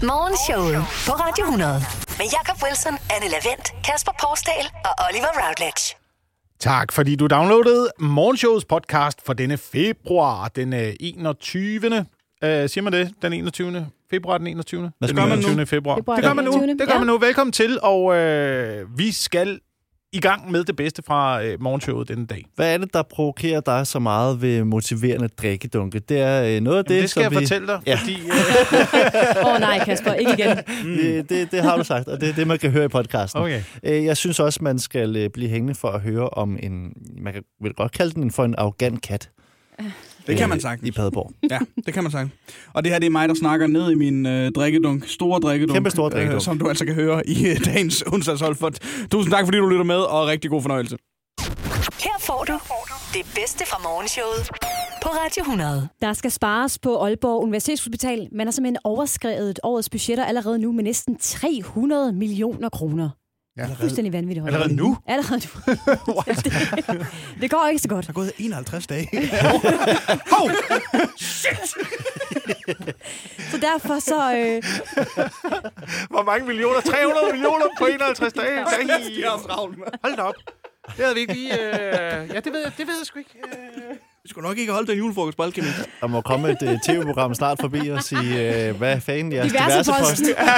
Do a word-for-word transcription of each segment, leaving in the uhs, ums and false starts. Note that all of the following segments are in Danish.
Morgenshowet på Radio hundrede. Med Jakob Wilson, Anne Lavent, Kasper Porsdal og Oliver Routledge. Tak, fordi du downloadede Morgenshowets podcast for denne februar, den enogtyvende Uh, siger man det? Den enogtyvende februar, den enogtyvende Hvad den gør man enogtyvende nu? februar. Februar, Det gør man nu. enogtyvende Det gør ja. man nu. Velkommen til, og uh, vi skal i gang med det bedste fra uh, Morgenshowet denne dag. Hvad er det, der provokerer dig så meget ved motiverende drikkedunke? Det er øh, noget af det, Jamen, det skal som jeg vi... fortælle dig, Ja. fordi... Åh uh... oh, nej, Kasper, ikke igen. Mm. Det, det, det har du sagt, og det er det, man kan høre i podcasten. Okay. Øh, Jeg synes også, man skal øh, blive hængende for at høre om en... Man kan vel godt kalde den for en arrogant kat. Det kan man sagtens. I Padborg. Ja, det kan man sagtens. Og det her, det er mig, der snakker ned i min øh, drikkedunk. Store drikkedunk. Kæmpe store drikkedunk. Øh, som du altså kan høre i øh, dagens onsdagshold. For tusind tak, fordi du lytter med, og rigtig god fornøjelse. Her får du det bedste fra Morgenshowet på Radio hundrede. Der skal spares på Aalborg Universitetshospital. Man har simpelthen overskredet årets budgetter allerede nu med næsten tre hundrede millioner kroner. Ja, Fuldstændig vanvittigt. allerede nu? Allerede nu. det, det går ikke så godt. Der er gået enoghalvtreds dage. Oh, shit! Så derfor så... Øh, Hvor mange millioner? tre hundrede millioner på enoghalvtreds dage? Hold da op. Det havde vi ikke lige... Øh... Ja, det ved jeg, det ved jeg sgu ikke. Øh... Vi skulle nok ikke holde den julefrokost på Alkemi. Der må komme et uh, tv-program snart forbi og sige, uh, hvad fanden jeres Diverse diverse post.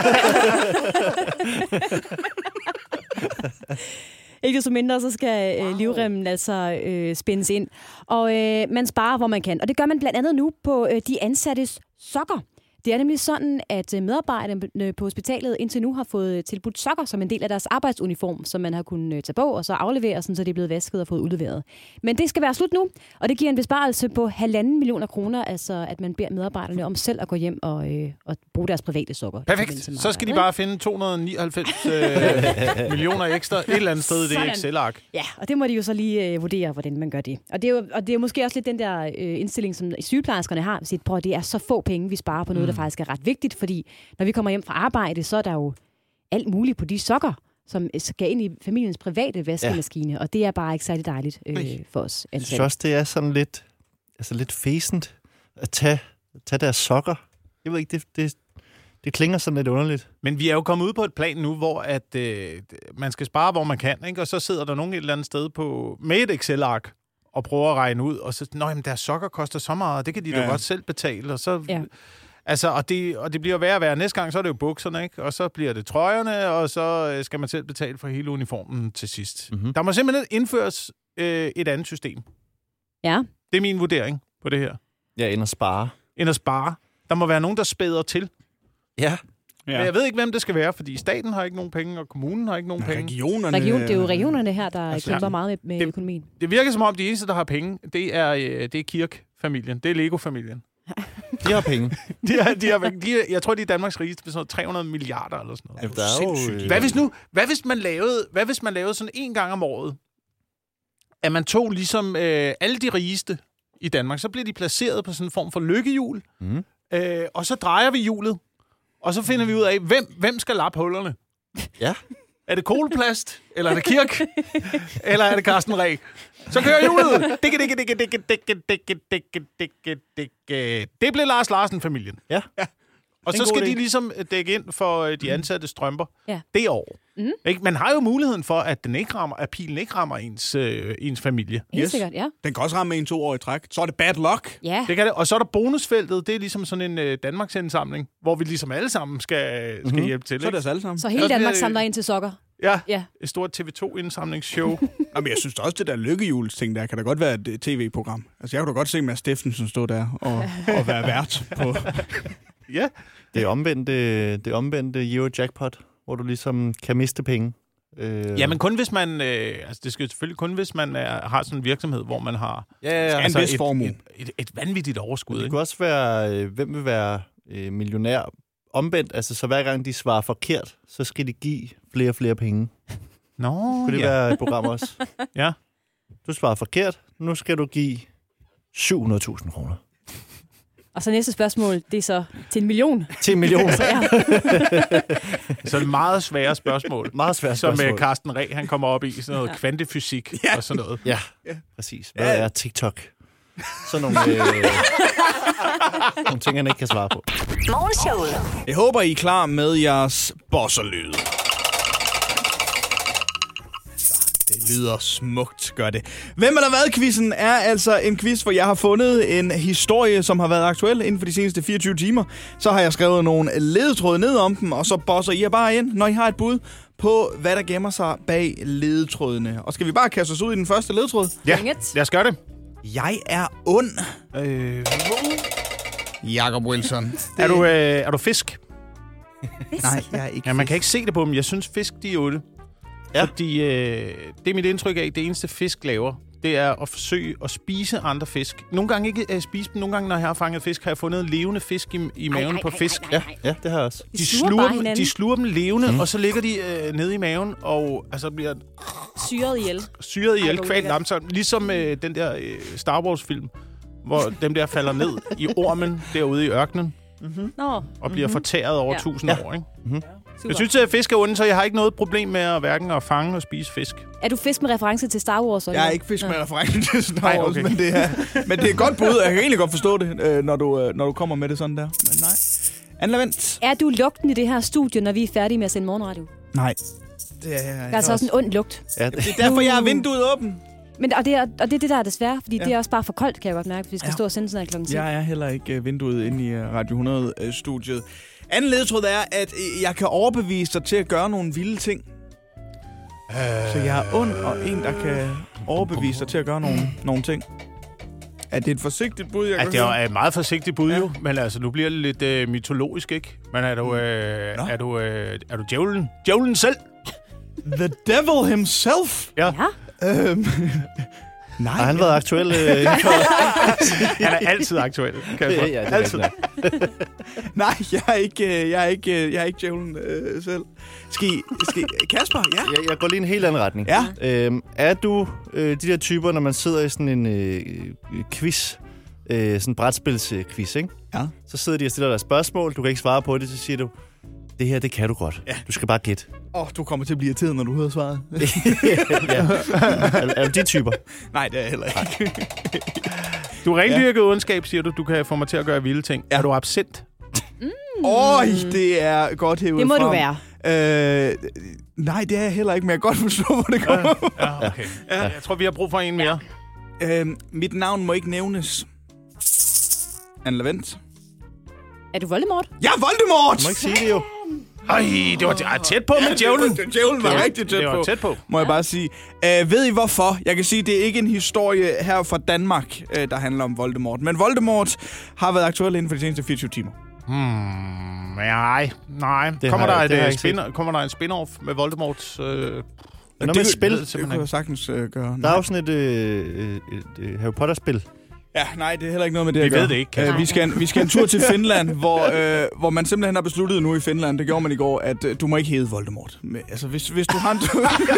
Ikke så mindre, så skal øh, livremmen altså øh, spændes ind. Og øh, man sparer, hvor man kan. Og det gør man blandt andet nu på øh, de ansattes sokker. Det er nemlig sådan, at medarbejderne på hospitalet indtil nu har fået tilbudt sokker som en del af deres arbejdsuniform, som man har kunnet tage på og så aflevere, sådan, så det er blevet vasket og fået udleveret. Men det skal være slut nu, og det giver en besparelse på halvanden millioner kroner, altså at man beder medarbejderne om selv at gå hjem og, øh, og bruge deres private sokker. Perfekt. Så skal de bare finde to hundrede nioghalvfems øh, millioner ekstra et eller andet sted i det Sådan. Excel-ark. Ja, og det må de jo så lige øh, vurdere, hvordan man gør det. Og det er jo og det er måske også lidt den der øh, indstilling, som sygeplejerskerne har. At prøv, det er så få penge, vi sparer på noget, mm. der faktisk er ret vigtigt, fordi når vi kommer hjem fra arbejde, så er der jo alt muligt på de sokker, som skal ind i familiens private vaskemaskine, ja. Og det er bare ikke særlig dejligt øh, for os. Jeg synes også, det er sådan lidt, altså lidt fæsent at tage, tage deres sokker. Jeg ved ikke, det, det, det klinger sådan lidt underligt. Men vi er jo kommet ud på et plan nu, hvor at, øh, man skal spare, hvor man kan, ikke? Og så sidder der nogen et eller andet sted på, med et Excel-ark og prøver at regne ud, og så, nå, jamen, deres sokker koster så meget, det kan de ja. da godt selv betale, og så... Ja. Altså, og det, og det bliver værre og værre. Næste gang, så er det jo bukserne, ikke? Og så bliver det trøjerne, og så skal man selv betale for hele uniformen til sidst. Mm-hmm. Der må simpelthen indføres øh, et andet system. Ja. Det er min vurdering på det her. Ja, end at spare. End at spare. Der må være nogen, der spæder til. Ja. Ja. Jeg ved ikke, hvem det skal være, fordi staten har ikke nogen penge, og kommunen har ikke nogen penge. Regionerne... Region, det er jo regionerne her, der altså, kæmper meget med, med det, økonomien. Det virker som om, de eneste, der har penge, det er, det er Kirk-familien. Det er Lego-familien. De har penge. de har, de har, de er, jeg tror, de er Danmarks rigeste med sådan noget tre hundrede milliarder eller sådan noget. Ja, der er jo, hvad hvis nu, hvad hvis man lavede, hvad hvis man lavede sådan en gang om året, at man tog ligesom øh, alle de rigeste i Danmark, så bliver de placeret på sådan en form for lykkehjul, mm. øh, og så drejer vi hjulet, og så finder vi ud af, hvem, hvem skal lappe hullerne? Ja. Er det Koloplast? Eller er det Kirk? Eller er det Carsten Reh? Så kører hjulet. Dikke, dikke, dikke, dikke, dikke, dikke, dikke, dikke, dikke. Det blev Lars Larsen-familien. Ja. Ja. Og så skal de ligesom dække ind for de ansatte strømper. Ja. Det år. Mm. Ikke? Man har jo muligheden for, at den ikke rammer, at pilen ikke rammer ens, øh, ens familie. Helt yes. sikkert, ja. Den kan også ramme en to år i træk. Så er det bad luck. Ja. Det kan det. Og så er der bonusfeltet. Det er ligesom sådan en øh, Danmarks indsamling, hvor vi ligesom alle sammen skal, skal mm-hmm. hjælpe til. Ikke? Så er det os alle sammen. Så hele Danmark samler ind til sokker. Ja, ja. Et stort T V to-indsamlingsshow. Jamen, jeg synes også, det der lykkehjulsting der, kan da godt være et tv-program. Altså, jeg kunne da godt se Mads Steffensen stå der og, og være vært på... Ja. Det er omvendte, det er omvendte Euro-jackpot, hvor du ligesom kan miste penge. Øh... Ja, men kun hvis man... Øh, altså, det skal selvfølgelig kun, hvis man er, har sådan en virksomhed, hvor man har ja, ja, ja. Altså en vis et, formue. Et, et, et vanvittigt overskud. Det ikke? kunne også være, øh, hvem vil være øh, millionær omvendt. Altså, så hver gang de svarer forkert, så skal de give flere og flere penge. Nå, kunne det ja. være et program også? Ja. Du svarer forkert, nu skal du give syv hundrede tusind kroner. Og så næste spørgsmål, det er så til en million. Til en million. så, ja. så er det meget svære spørgsmål. Meget svære spørgsmål. Som uh, Carsten Reh, han kommer op i, sådan noget ja. kvantefysik ja. og sådan noget. Ja, ja. Præcis. Hvad ja. er TikTok? Sådan nogle... Øh... Nogle ting, han ikke kan svare på. Morgenshowet. Jeg håber, I er klar med jeres bosserlyd. Det lyder smukt, gør det. Hvem er der hvad-quizzen er altså en quiz, hvor jeg har fundet en historie, som har været aktuel inden for de seneste fireogtyve timer. Så har jeg skrevet nogle ledetråde ned om dem, og så bosser I bare ind, når I har et bud på, hvad der gemmer sig bag ledetrådene. Og skal vi bare kaste os ud i den første ledetråd? Ja, lad os gøre det. Jeg er ond. Øh, Jakob Wilson. er, du, øh, er du fisk? Nej, jeg er ikke Ja, man kan ikke se det på dem. Jeg synes, fisk, de er onde. Ja. Fordi øh, det er mit indtryk af, det eneste fisk laver, det er at forsøge at spise andre fisk. Nogle gange ikke at spise dem. Nogle gange, når jeg har fanget fisk, har jeg fundet levende fisk i, i maven ej, ej, på fisk. Ja, ja, det har jeg også. De, De sluger sluger, bare dem, de sluger dem levende, mm. og så ligger de øh, nede i maven, og altså bliver syret ihjel. syret ihjel, Ej, kvalt lamser. Ligesom øh, den der øh, Star Wars-film, hvor dem der falder ned i ormen derude i ørkenen, Mm-hmm. Nå. og bliver mm-hmm. fortæret over ja. tusind Ja. år. Ikke? Mm-hmm. Super. Jeg synes, at fisk er onde, så jeg har ikke noget problem med at hverken at fange og spise fisk. Er du fisk med reference til Star Wars? Jeg er ikke fisk med reference til Star Nej, Wars, okay. men, det er, men det er et godt bud. Jeg kan egentlig godt forstå det, øh, når du, øh, når du kommer med det sådan der. Men nej. Anne Lavent? Er du lugten i det her studie, når vi er færdige med at sende morgenradio? Nej. Det er, Der er altså også en ond lugt. Ja, det, det er derfor, jeg har vinduet åben. Men, og, det er, og det er det, der er desværre, fordi Ja. det er også bare for koldt, kan jeg godt mærke, hvis vi skal Ja. stå og sende sådan her klokken ti. Jeg er heller ikke øh, vinduet inde i øh, Radio hundrede-studiet. Anden ledetråd er, at øh, jeg kan overbevise dig til at gøre nogle vilde ting. Øh... Så jeg er ond, og en, der kan overbevise dig til at gøre nogle, nogle ting. Er det et forsigtigt bud, jeg Ja, kan det høre? er et meget forsigtigt bud, Ja. jo. Men altså, nu bliver det lidt øh, mytologisk, ikke? Men er du, øh, er du, øh, er du djævlen? Djævlen selv? The devil himself? Ja. Ja. Øhm, nej. har han været aktuel? Øh, inden for... Han er altid aktuel, Kasper. Ja, det er altid. rigtigt Nej, jeg er ikke, øh, jeg er ikke, øh, jeg er ikke djævlen øh, selv. Skal I, skal I, Kasper, ja? Jeg, jeg går lige i en helt anden retning. Ja. Øhm, er du øh, de der typer, når man sidder i sådan en øh, quiz, øh, sådan en brætspilsquiz, ikke? Ja. Så sidder de og stiller dig spørgsmål, du kan ikke svare på det, så siger du, det her, det kan du godt. Ja. Du skal bare gætte. Åh, oh, du kommer til at blive irriteret, når du hører svaret. ja. er, er du de typer? Nej, det er jeg heller ikke. Du er rendyrket ja. ondskab, siger du. Du kan få mig til at gøre vilde ting. Ja. Er du absent? Åh, oh, det er godt hævet Det må frem. du være. Øh, nej, det er jeg heller ikke, men jeg kan godt forstå, hvor det kommer. Ja, okay. Ja. Jeg tror, vi har brug for en mere. øh, mit navn må ikke nævnes. Anne Lavent. Er du Voldemort? Ja, Voldemort! Du må ikke sige det jo. Ej, det var ja, tæt på med djævlen. Det, djævlen var Det var- rigtig tæt det var på. tæt på. Må jeg bare sige. Øh, ved I hvorfor? Jeg kan sige, det er ikke en historie her fra Danmark, øh, der handler om Voldemort. Men Voldemort har været aktuel inden for de seneste fireogtyve timer. Hmm, nej, nej. Det Kommer har der, jeg- et, det har jeg øh, ikke spin, kommer der en spin-off med Voldemorts... Øh, Noget med et spil. ved jeg Det simpelthen kunne jeg ikke. sagtens øh, gøre. Der er jo sådan et, øh, et, et, et Harry Potter-spil. Ja, nej, det er heller ikke noget med det Vi at gøre. ved det ikke, Kasper. Øh, vi, skal, vi skal en tur til Finland, hvor, øh, hvor man simpelthen har besluttet nu i Finland, det gjorde man i går, at øh, du må ikke hedde Voldemort. Men, altså, hvis, hvis du har en...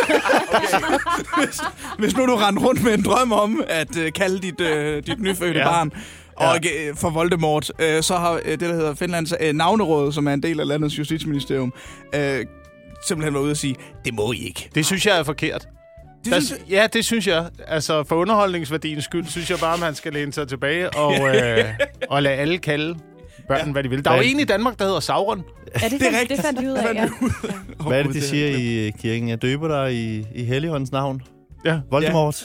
hvis, hvis nu du render rundt med en drøm om at øh, kalde dit, øh, dit nyfødte Ja. barn, og ikke øh, for Voldemort, øh, så har øh, det, der hedder Finlands øh, navneråd, som er en del af landets justitsministerium, øh, simpelthen været ude at sige, det må I ikke. Det synes jeg er forkert. Det Der, synes, ja, det synes jeg. Altså, for underholdningsværdiens skyld, synes jeg bare, man skal læne sig tilbage og, øh, og lade alle kalde børnene, ja. hvad de vil. Der er jo en i Danmark, der hedder Sauron. Ja, det, Det er fandt, rigtigt. det fandt vi ud af, ja. Hvad er det, de siger i kirken? Jeg døber dig i, i Helligåndens navn. Ja. Voldemort.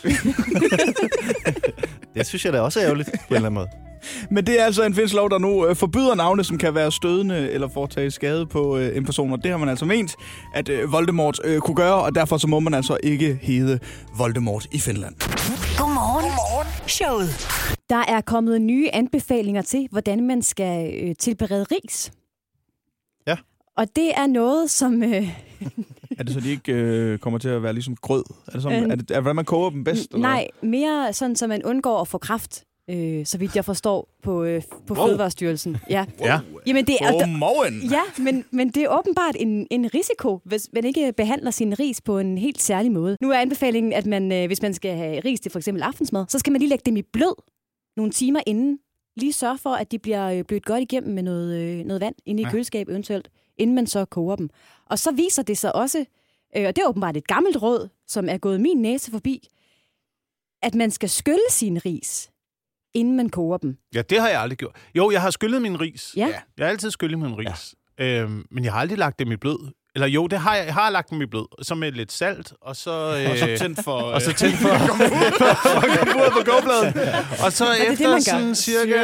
Det synes jeg da også er ærgerligt, på en eller anden måde. Men det er altså en finsk lov, der nu øh, forbyder navne, som kan være stødende eller foretage skade på øh, en person. Og det har man altså ment, at øh, Voldemort øh, kunne gøre, og derfor så må man altså ikke hedde Voldemort i Finland. Godmorgen. Godmorgen. Showet. Der er kommet nye anbefalinger til, hvordan man skal øh, tilberede ris. Ja. Og det er noget, som... Øh, Er det så, de ikke øh, kommer til at være ligesom grød? Er det, sådan, Øh, er det er, hvordan man koger dem bedst? Eller? nej, mere sådan, så man undgår at få kræft. Øh, så vidt jeg forstår på, øh, på Wow. Fødevarestyrelsen. Ja. Ja. Jamen, det er, Godmorgen! ja, men, men det er åbenbart en, en risiko, hvis man ikke behandler sin ris på en helt særlig måde. Nu er anbefalingen, at man, øh, hvis man skal have ris til for eksempel aftensmad, så skal man lige lægge dem i blød nogle timer inden. Lige sørge for, at de bliver øh, blødt godt igennem med noget, øh, noget vand inde i Ja. køleskab eventuelt, inden man så koger dem. Og så viser det sig også, øh, og det er åbenbart et gammelt råd, som er gået min næse forbi, at man skal skylle sin ris inden man koger dem. Ja, det har jeg aldrig gjort. Jo, jeg har skyllet min ris. Ja. Jeg har altid skyllet min ris. Ja. Øhm, men jeg har aldrig lagt dem i blød. Eller jo, det har jeg. Jeg har lagt dem i blød. Så med lidt salt, og så... Øh, og så tændt for... og så tændt for... komme ud på gåbladen. Og så det efter det, sådan cirka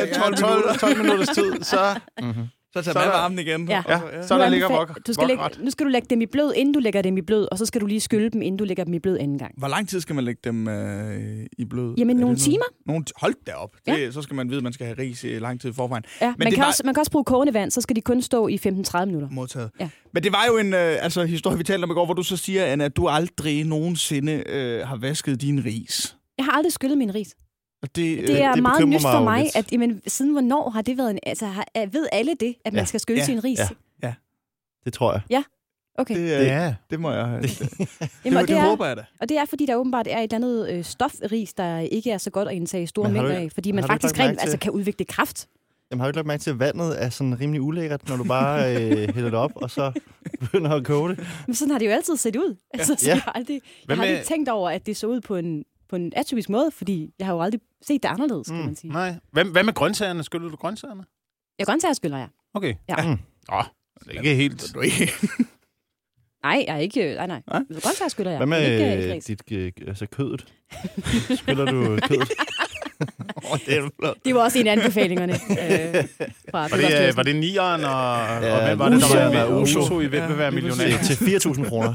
tolv minutters tid, så... Mm-hmm. Så tager man varmen igen. Ja. Ja, så der ligger vok, du skal lægge, Nu skal du lægge dem i blød, inden du lægger dem i blød, og så skal du lige skylle dem, inden du lægger dem i blød anden gang. Hvor lang tid skal man lægge dem øh, i blød? Jamen, nogle noget? timer. Nogle t- Hold da op. Ja. Det, så skal man vide, at man skal have ris i lang tid i forvejen. Ja, Men man, det kan var... også, man kan også bruge kogende vand, så skal de kun stå i femten til tredive minutter. Modtaget. Ja. Men det var jo en øh, altså, historie, vi talte om i går, hvor du så siger, Anna, at du aldrig nogensinde øh, har vasket din ris. Jeg har aldrig skyllet min ris. Og det, Det er det meget nyt for mig, lidt. at jamen, siden hvornår har det været en... Altså, har, ved alle det, at man Ja. skal skylle Ja. sin ris? Ja. Det tror jeg. Okay. det, øh, Ja. det må jeg have. Det, det, Jamen, og det, det det er, håber jeg da. og det er, fordi der åbenbart er et eller andet øh, stofris, der ikke er så godt at indtage store Men har du mængder ikke- af, fordi har man du ikke faktisk lagt mærke rent, til- altså, kan udvikle kræft. Jamen, har du ikke lagt mærke til, at vandet er sådan rimelig ulækkert, når du bare øh, hælder det op, og så begynder at koge det? Men sådan har det jo altid set ud. Altså, så Ja. jeg har aldrig, jeg Hvad har aldrig med- tænkt over, at det så ud på en, på en atypisk måde, fordi jeg har jo aldrig set det anderledes, kan Mm. man sige. Nej. Hvad, hvad med grøntsagerne? Skyller du grøntsagerne? Jeg grøntsager skyller jeg. Okay. Ja. Mm. Åh, det er ikke helt... Du er ikke... Nej, jeg er ikke... Nej, nej. Nej? Grøntsager skyller jeg. Hvad med men ikke, øh, ikke ris. dit, øh, altså kødet? Skyller du kødet? oh, det er flot. Det var også en af anbefalingerne øh, fra Var det, øh, var det nieren, og, Ja, og hvem var det, der var Uso. med Uso. Uso i Hvem vil være millionær? Til, til fire tusind kroner.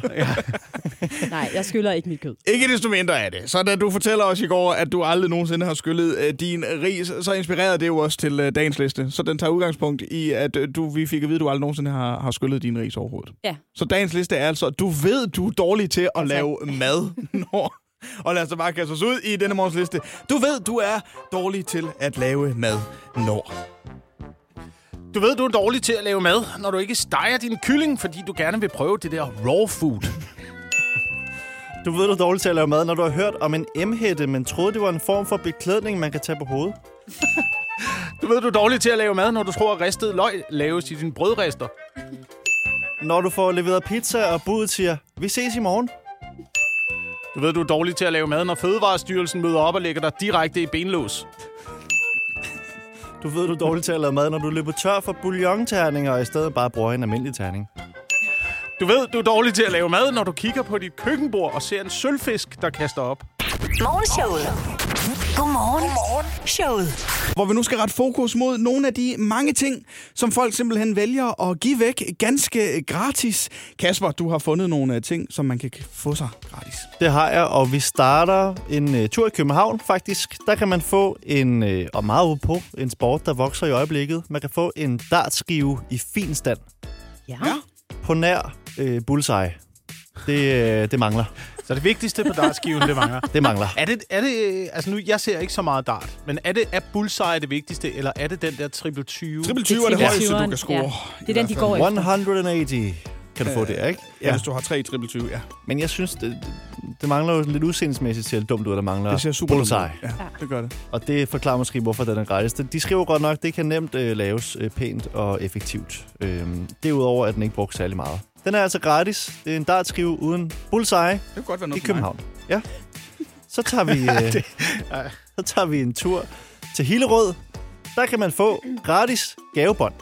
Nej, jeg skyller ikke mit kød. Ikke desto mindre af det. Så da du fortæller os i går, at du aldrig nogensinde har skyllet øh, din ris, så inspirerede det jo også til øh, dagens liste. Så den tager udgangspunkt i, at øh, du, vi fik at vide, at du aldrig nogensinde har, har skyllet din ris overhovedet. Ja. Så dagens liste er altså, du ved, du er dårlig til at lave mad, når... Og lad os da bare kaste os ud i denne morgens liste. Du ved, du er dårlig til at lave mad, når... Du ved, du er dårlig til at lave mad, når du ikke steger din kylling, fordi du gerne vil prøve det der raw food. Du ved, du er dårlig til at lave mad, når du har hørt om en M-hætte, men troede, det var en form for beklædning, man kan tage på hovedet. Du ved, du er dårlig til at lave mad, når du tror, at ristet løg laves i din brødrester. Når du får leveret pizza, og budet siger, vi ses i morgen. Du ved, du er dårlig til at lave mad, når Fødevarestyrelsen møder op og lægger dig direkte i benlås. Du ved, du er dårlig til at lave mad, når du løber tør for bouillonterninger, og i stedet bare bruger en almindelig terning. Du ved, du er dårlig til at lave mad, når du kigger på dit køkkenbord og ser en sølvfisk, der kaster op. Morgenshowet. Godmorgen. Godmorgen. Showet. Hvor vi nu skal rette fokus mod nogle af de mange ting, som folk simpelthen vælger at give væk ganske gratis. Kasper, du har fundet nogle ting, som man kan få sig gratis. Det har jeg, og vi starter en uh, tur i København, faktisk. Der kan man få en, uh, og meget på, en sport, der vokser i øjeblikket. Man kan få en dartskive i fin stand. Ja. Ja. På nær uh, bullseye. Det, uh, det mangler. Så det vigtigste på dartskiven, det mangler. Det mangler. Er det, er det, altså nu, jeg ser ikke så meget dart, men er det er bullseye det vigtigste, eller er det den der triple tyve? Triple tyve er det Det er højeste, du tyveren, kan score. ja. Det er den, de går et efter. hundrede og otte kan du få det, ikke? Ja, hvis du har tre triple tyve, ja. Men jeg synes, det, det mangler jo lidt udseendelsesmæssigt til dumt ud, at der mangler Det ser super bullseye. dumt ud. Ja, det gør det. Og det forklarer måske, hvorfor den er gratis. De skriver godt nok, det kan nemt øh, laves øh, pænt og effektivt. Øhm, derudover er den ikke brugt særlig meget. Den er altså gratis. Det er en dartskive uden bullseye Det kan godt være i noget for København. Ja. Så tager vi, øh, så tager vi en tur til Hillerød. Der kan man få gratis gavebånd.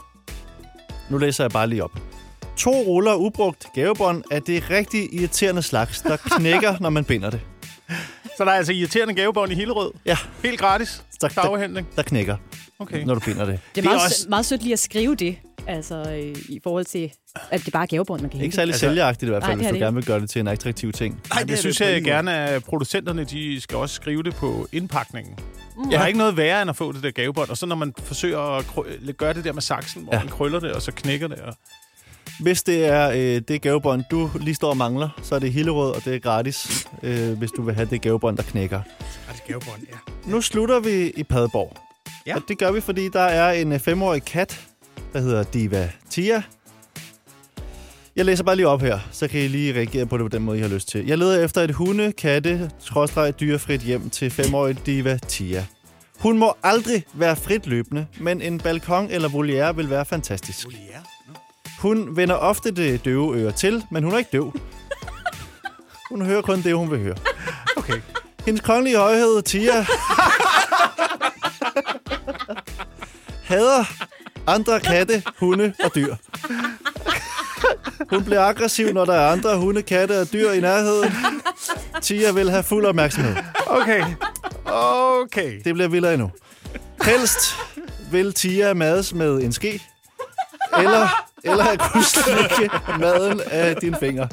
Nu læser jeg bare lige op. To ruller ubrugt gavebånd er det rigtig irriterende slags, der knækker, når man binder det. Så der er altså irriterende gavebånd i Hillerød? Ja. Helt gratis? Der, der, Dagafhentning? der knækker, Okay. når du binder det. Det er Det er meget, også- meget sødt lige at skrive det, altså øh, i forhold til, at det bare er gavebånd, man kan Ikke hente. særlig Altså- sælgeragtigt i hvert fald, Nej, det hvis er du det gerne vil gøre det til en attraktiv ting. Nej, Det, det synes på jeg ingen måde. gerne, at producenterne de skal også skrive det på indpakningen. Mm. Der er ikke noget værre end at få det der gavebånd, og så når man forsøger at krø- gøre det der med saksen, hvor Ja. ja. man krøller det, og så knækker det. Og... Hvis det er øh, det gavebånd, du lige står og mangler, så er det Hillerød, og det er gratis, øh, hvis du vil have det gavebånd, der knækker. Ja, det gavebånd, ja. Nu slutter vi i Padborg. Ja. Og det gør vi, fordi der er en øh, femårig kat, der hedder Diva Tia. Jeg læser bare lige op her, så kan I lige reagere på det på den måde, I har lyst til. Jeg leder efter et hunde, katte, skråstreg, dyrefrit hjem til femårige Diva Tia. Hun må aldrig være frit løbende, men en balkon eller voliere vil være fantastisk. Hun vender ofte det døve øre til, men hun er ikke døv. Hun hører kun det, hun vil høre. Okay. Hendes kongelige højhed, Tia... hader andre katte, hunde og dyr. Hun bliver aggressiv, når der er andre hunde, katte og dyr i nærheden. Tia vil have fuld opmærksomhed. Okay. Okay. Det bliver vildere endnu. Helst vil Tia mades med en ske, eller, eller at kunne slikke maden af dine fingre.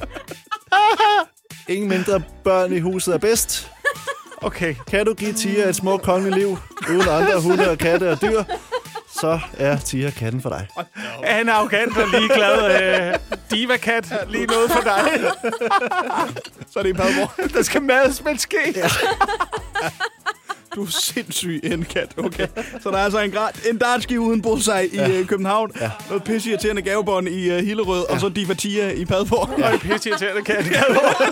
Ingen mindre børn i huset er bedst. Okay. Kan du give Tia et smukt kongeligt liv, uden andre hunde og katte og dyr, så er Tia katten for dig. Han er arrogant og ligeglad. Øh, diva-kat, lige noget for dig. Så er det en padborg. Der skal mades med en ske. Ja. Du er sindssyg en kat, okay. Så der er altså en, grad, en dartski uden bullseye i ja. København. Ja. Noget pisseirriterende gavebånd i uh, Hillerød, ja. Og så Diva Tia i Padborg. Ja. Og en pisseirriterende kat i Padborg.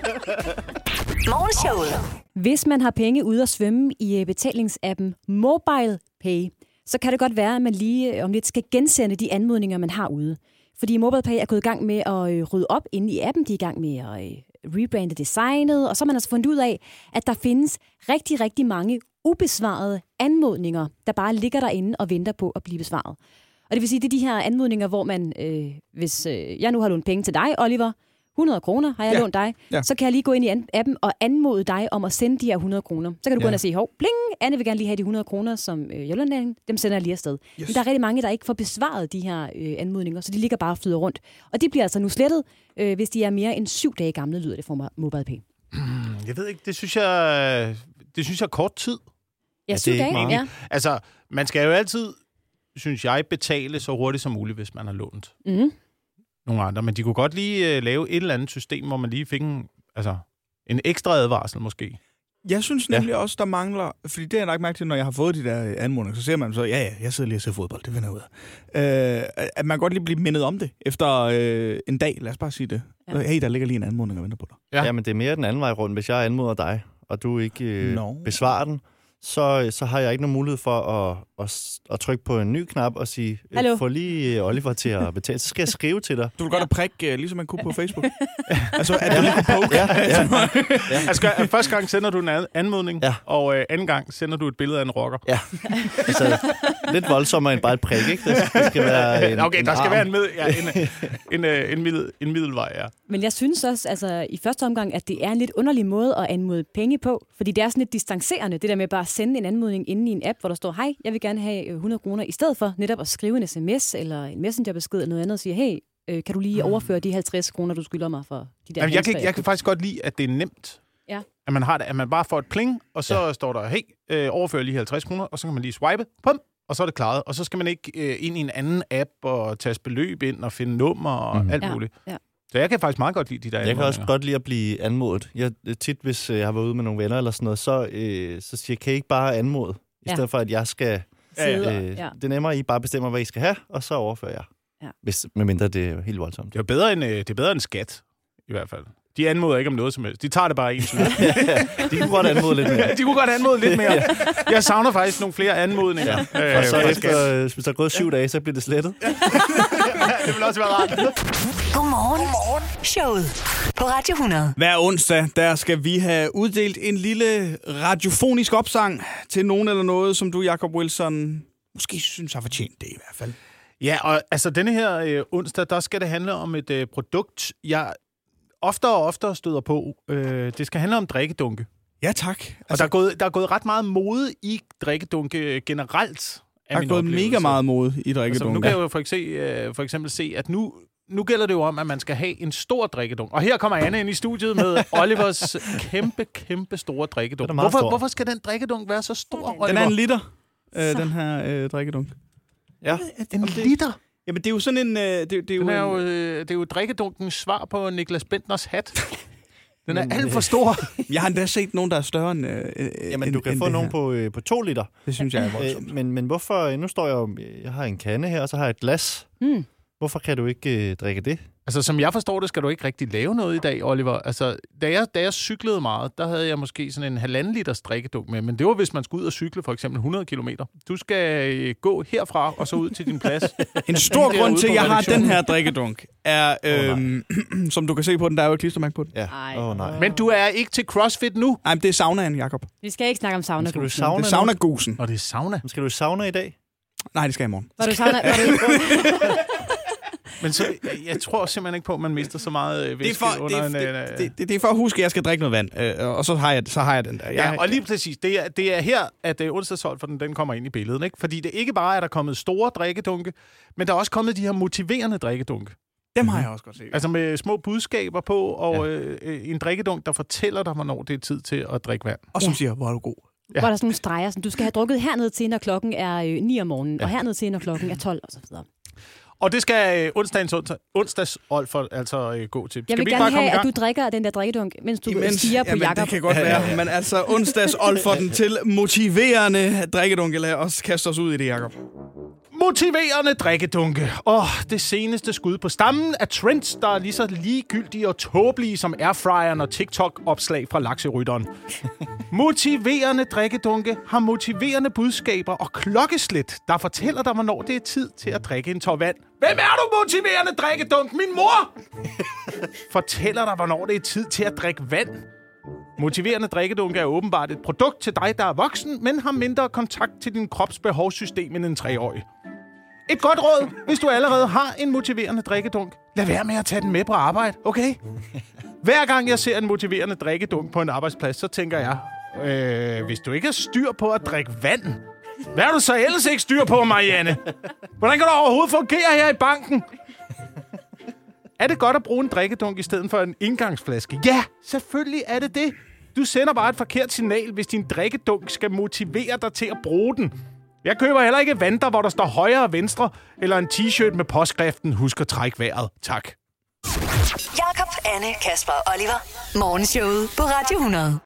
Morgenshowet. Hvis man har penge ude at svømme i betalingsappen MobilePay, så kan det godt være, at man lige om lidt skal gensende de anmodninger, man har ude. Fordi MobilePay er gået i gang med at rydde op inde i appen. De er i gang med at rebrande designet, og så har man altså fundet ud af, at der findes rigtig, rigtig mange ubesvarede anmodninger, der bare ligger derinde og venter på at blive besvaret. Og det vil sige, det er de her anmodninger, hvor man, øh, hvis øh, jeg nu har lånt penge til dig, Oliver, hundrede kroner har jeg ja. lånt dig, ja. så kan jeg lige gå ind i appen og anmode dig om at sende de her hundrede kroner. Så kan du ja. gå ind og sige, hov, bling, Anne vil gerne lige have de hundrede kroner, som øh, jeg lånte, dem sender jeg lige afsted. Yes. Men der er rigtig mange, der ikke får besvaret de her øh, anmodninger, så de ligger bare og flyder rundt. Og de bliver altså nu slettet, øh, hvis de er mere end syv dage gamle, lyder det fra MobilePay. Mm, jeg ved ikke, det synes jeg, det synes jeg er kort tid. Ja, syv dage, ja. Altså, man skal jo altid, synes jeg, betale så hurtigt som muligt, hvis man har lånt. Mm. Nogle andre, men de kunne godt lige uh, lave et eller andet system, hvor man lige fik en, altså, en ekstra advarsel måske. Jeg synes nemlig ja. også, der mangler, fordi det er jeg nok mærke til, når jeg har fået de der anmodninger, så ser man så, ja, ja, jeg sidder lige og ser fodbold, det finder jeg ud af. Øh, at man godt lige bliver mindet om det efter øh, en dag, lad os bare sige det. Ja. Hey, der ligger lige en anmodning og venter på dig. Ja. ja, men det er mere den anden vej rundt. Hvis jeg anmoder dig, og du ikke øh, no. besvarer den, så, så har jeg ikke nogen mulighed for at, at, at trykke på en ny knap og sige, få lige Oliver til at betale. Så skal jeg skrive til dig. Du vil godt have prikke, ligesom man kunne på Facebook. Altså, er du lige på poke? Ja, ja. ja. Altså, første gang sender du en anmodning, ja. og øh, anden gang sender du et billede af en rocker. Ja, altså lidt voldsommere end bare et prik, ikke? Det skal, det skal være en, okay, en der skal arm. være en, med, ja, en, en, en, en, middel, en middelvej, ja. Men jeg synes også, altså i første omgang, at det er en lidt underlig måde at anmode penge på, fordi det er sådan lidt distancerende, det der med bare at sende en anmodning inde i en app, hvor der står, hej, jeg vil gerne have hundrede kroner, i stedet for netop at skrive en sms eller en messengerbesked eller noget andet og sige, hey, øh, kan du lige overføre de halvtreds kroner, du skylder mig for de der. Jamen, jeg, kan, jeg kan faktisk godt lide, at det er nemt. Ja. At man har det, at man bare får et pling, og så ja. står der, hey, øh, overfør lige halvtreds kroner, og så kan man lige swipe, pum, og så er det klaret. Og så skal man ikke øh, ind i en anden app og tage beløb ind og finde nummer og mm. alt ja. muligt. Ja. Så jeg kan faktisk meget godt lide de der Jeg kan også godt lide at blive anmodet. Jeg, tit, hvis jeg har været ude med nogle venner eller sådan noget, så, øh, så siger jeg, kan I ikke bare anmode? I stedet ja. for, at jeg skal... Ja, ja. Øh, ja. Det er nemmere, at I bare bestemmer, hvad I skal have, og så overfører jeg. Ja. Hvis, medmindre det er helt voldsomt. Det er bedre end, det er bedre end skat, i hvert fald. De anmoder ikke om noget som helst. De tager det bare i en slut. De kunne godt anmode lidt mere. De kunne godt anmode lidt mere. Jeg savner faktisk nogle flere anmodninger. Ja. Øh, og så efter, hvis der er gået syv dage, så bliver det slettet. Det vil også være rart. Godmorgen. Godmorgen. Showet på Radio hundrede. Hver onsdag, der skal vi have uddelt en lille radiofonisk opsang til nogen eller noget, som du, Jacob Wilson, måske synes har fortjent det i hvert fald. Ja, og altså denne her øh, onsdag, der skal det handle om et øh, produkt, jeg oftere og oftere støder på. Øh, det skal handle om drikkedunke. Ja, tak. Altså, og der er, gået, der er gået ret meget mode i drikkedunke generelt. Der er gået mega meget mode i drikkedunke. Altså, nu kan jeg jo for eksempel, for eksempel se, at nu, nu gælder det jo om, at man skal have en stor drikkedunk. Og her kommer Anne ind i studiet med Olivers kæmpe, kæmpe store drikkedunk. Hvorfor, hvorfor skal den drikkedunk være så stor, Oliver? Den er en liter, øh, den her øh, drikkedunk. Ja, en liter? Jamen, det er jo sådan en... Øh, det, det er jo, er jo, øh, det er jo drikkedunkens svar på Niklas Bentners hat. Den er Men, alt for stor. Jeg har endda set nogen, der er større end øh, Jamen, end, du kan end få nogen på, øh, på to liter. Det synes jeg er voldsomt. Øh, men, men hvorfor... Nu står jeg jo... Jeg har en kande her, og så har jeg et glas. Mm. Hvorfor kan du ikke øh, drikke det? Altså, som jeg forstår det, skal du ikke rigtig lave noget i dag, Oliver. Altså, da jeg, da jeg cyklede meget, der havde jeg måske sådan en halvanden liters drikkedunk med. Men det var, hvis man skulle ud og cykle for eksempel hundrede kilometer. Du skal øh, gå herfra og så ud til din plads. En stor grund til, at jeg har den her drikkedunk, er, øh, oh, som du kan se på den, der er jo et klistermærke på den. Ja. Oh, nej. Men du er ikke til CrossFit nu? Nej, det er saunaen, Jacob. Vi skal ikke snakke om saunagusen. Sauna det er saunagusen. Og det er sauna. Skal du sauna i dag? Nej, det skal jeg i morgen. Var du savner, var du... Men så, jeg tror simpelthen ikke på, at man mister så meget væske det er for, under det, en... det, det, det, det er for at huske, at jeg skal drikke noget vand, øh, og så har, jeg, så har jeg den der. Jeg, Ja, og lige præcis, det er, det er her, at uh, onsdagshold for den, den kommer ind i billedet. Ikke? Fordi det ikke bare er der kommet store drikkedunke, men der er også kommet de her motiverende drikkedunke. dem har jeg også godt set. Altså med små budskaber på, og ja. øh, en drikkedunk, der fortæller dig, hvornår det er tid til at drikke vand. Og som Ja. siger, hvor er du god. Ja. Hvor der er sådan nogle streger, sådan, du skal have drukket herned til, når klokken er øh, ni om morgenen, Ja. og herned til, når klokken er tolv, og så videre. Og det skal øh, onsdagens onsdagsold for altså øh, gå til. Jeg Skal vil vi ikke gerne bare komme have, i at gang? du drikker den der drikkedunk, mens du Imens, stiger på jamen, Jakob. det kan godt være. Ja, ja. Men altså, onsdags får den til motiverende drikkedunke. Lad os kaste os ud i det, Jakob. Motiverende drikkedunke. Åh, oh, det seneste skud på stammen af trends, der er lige så ligegyldige og tåbelige som airfryeren og TikTok-opslag fra lakserytteren. Motiverende drikkedunke har motiverende budskaber og klokkeslæt, der fortæller dig, hvornår det er tid til at drikke en tår vand. Hvem er du, motiverende drikkedunk? Min mor! Fortæller dig, hvornår det er tid til at drikke vand. Motiverende drikkedunke er åbenbart et produkt til dig, der er voksen, men har mindre kontakt til din krops behovssystem end en treårig. Et godt råd, hvis du allerede har en motiverende drikkedunk. Lad være med at tage den med på arbejde, okay? Hver gang jeg ser en motiverende drikkedunk på en arbejdsplads, så tænker jeg, øh, hvis du ikke har styr på at drikke vand, hvad har du så ellers ikke styr på, Marianne? Hvordan kan du overhovedet fungere her i banken? Er det godt at bruge en drikkedunk i stedet for en indgangsflaske? Ja, selvfølgelig er det det. Du sender bare et forkert signal, hvis din drikkedunk skal motivere dig til at bruge den. Jeg køber heller ikke vanter, hvor der står højre og venstre, eller en t-shirt med påskriften "Husk at trække vejret". Tak. Jakob, Anne, Kasper og Oliver. Morgenshowet på Radio hundrede.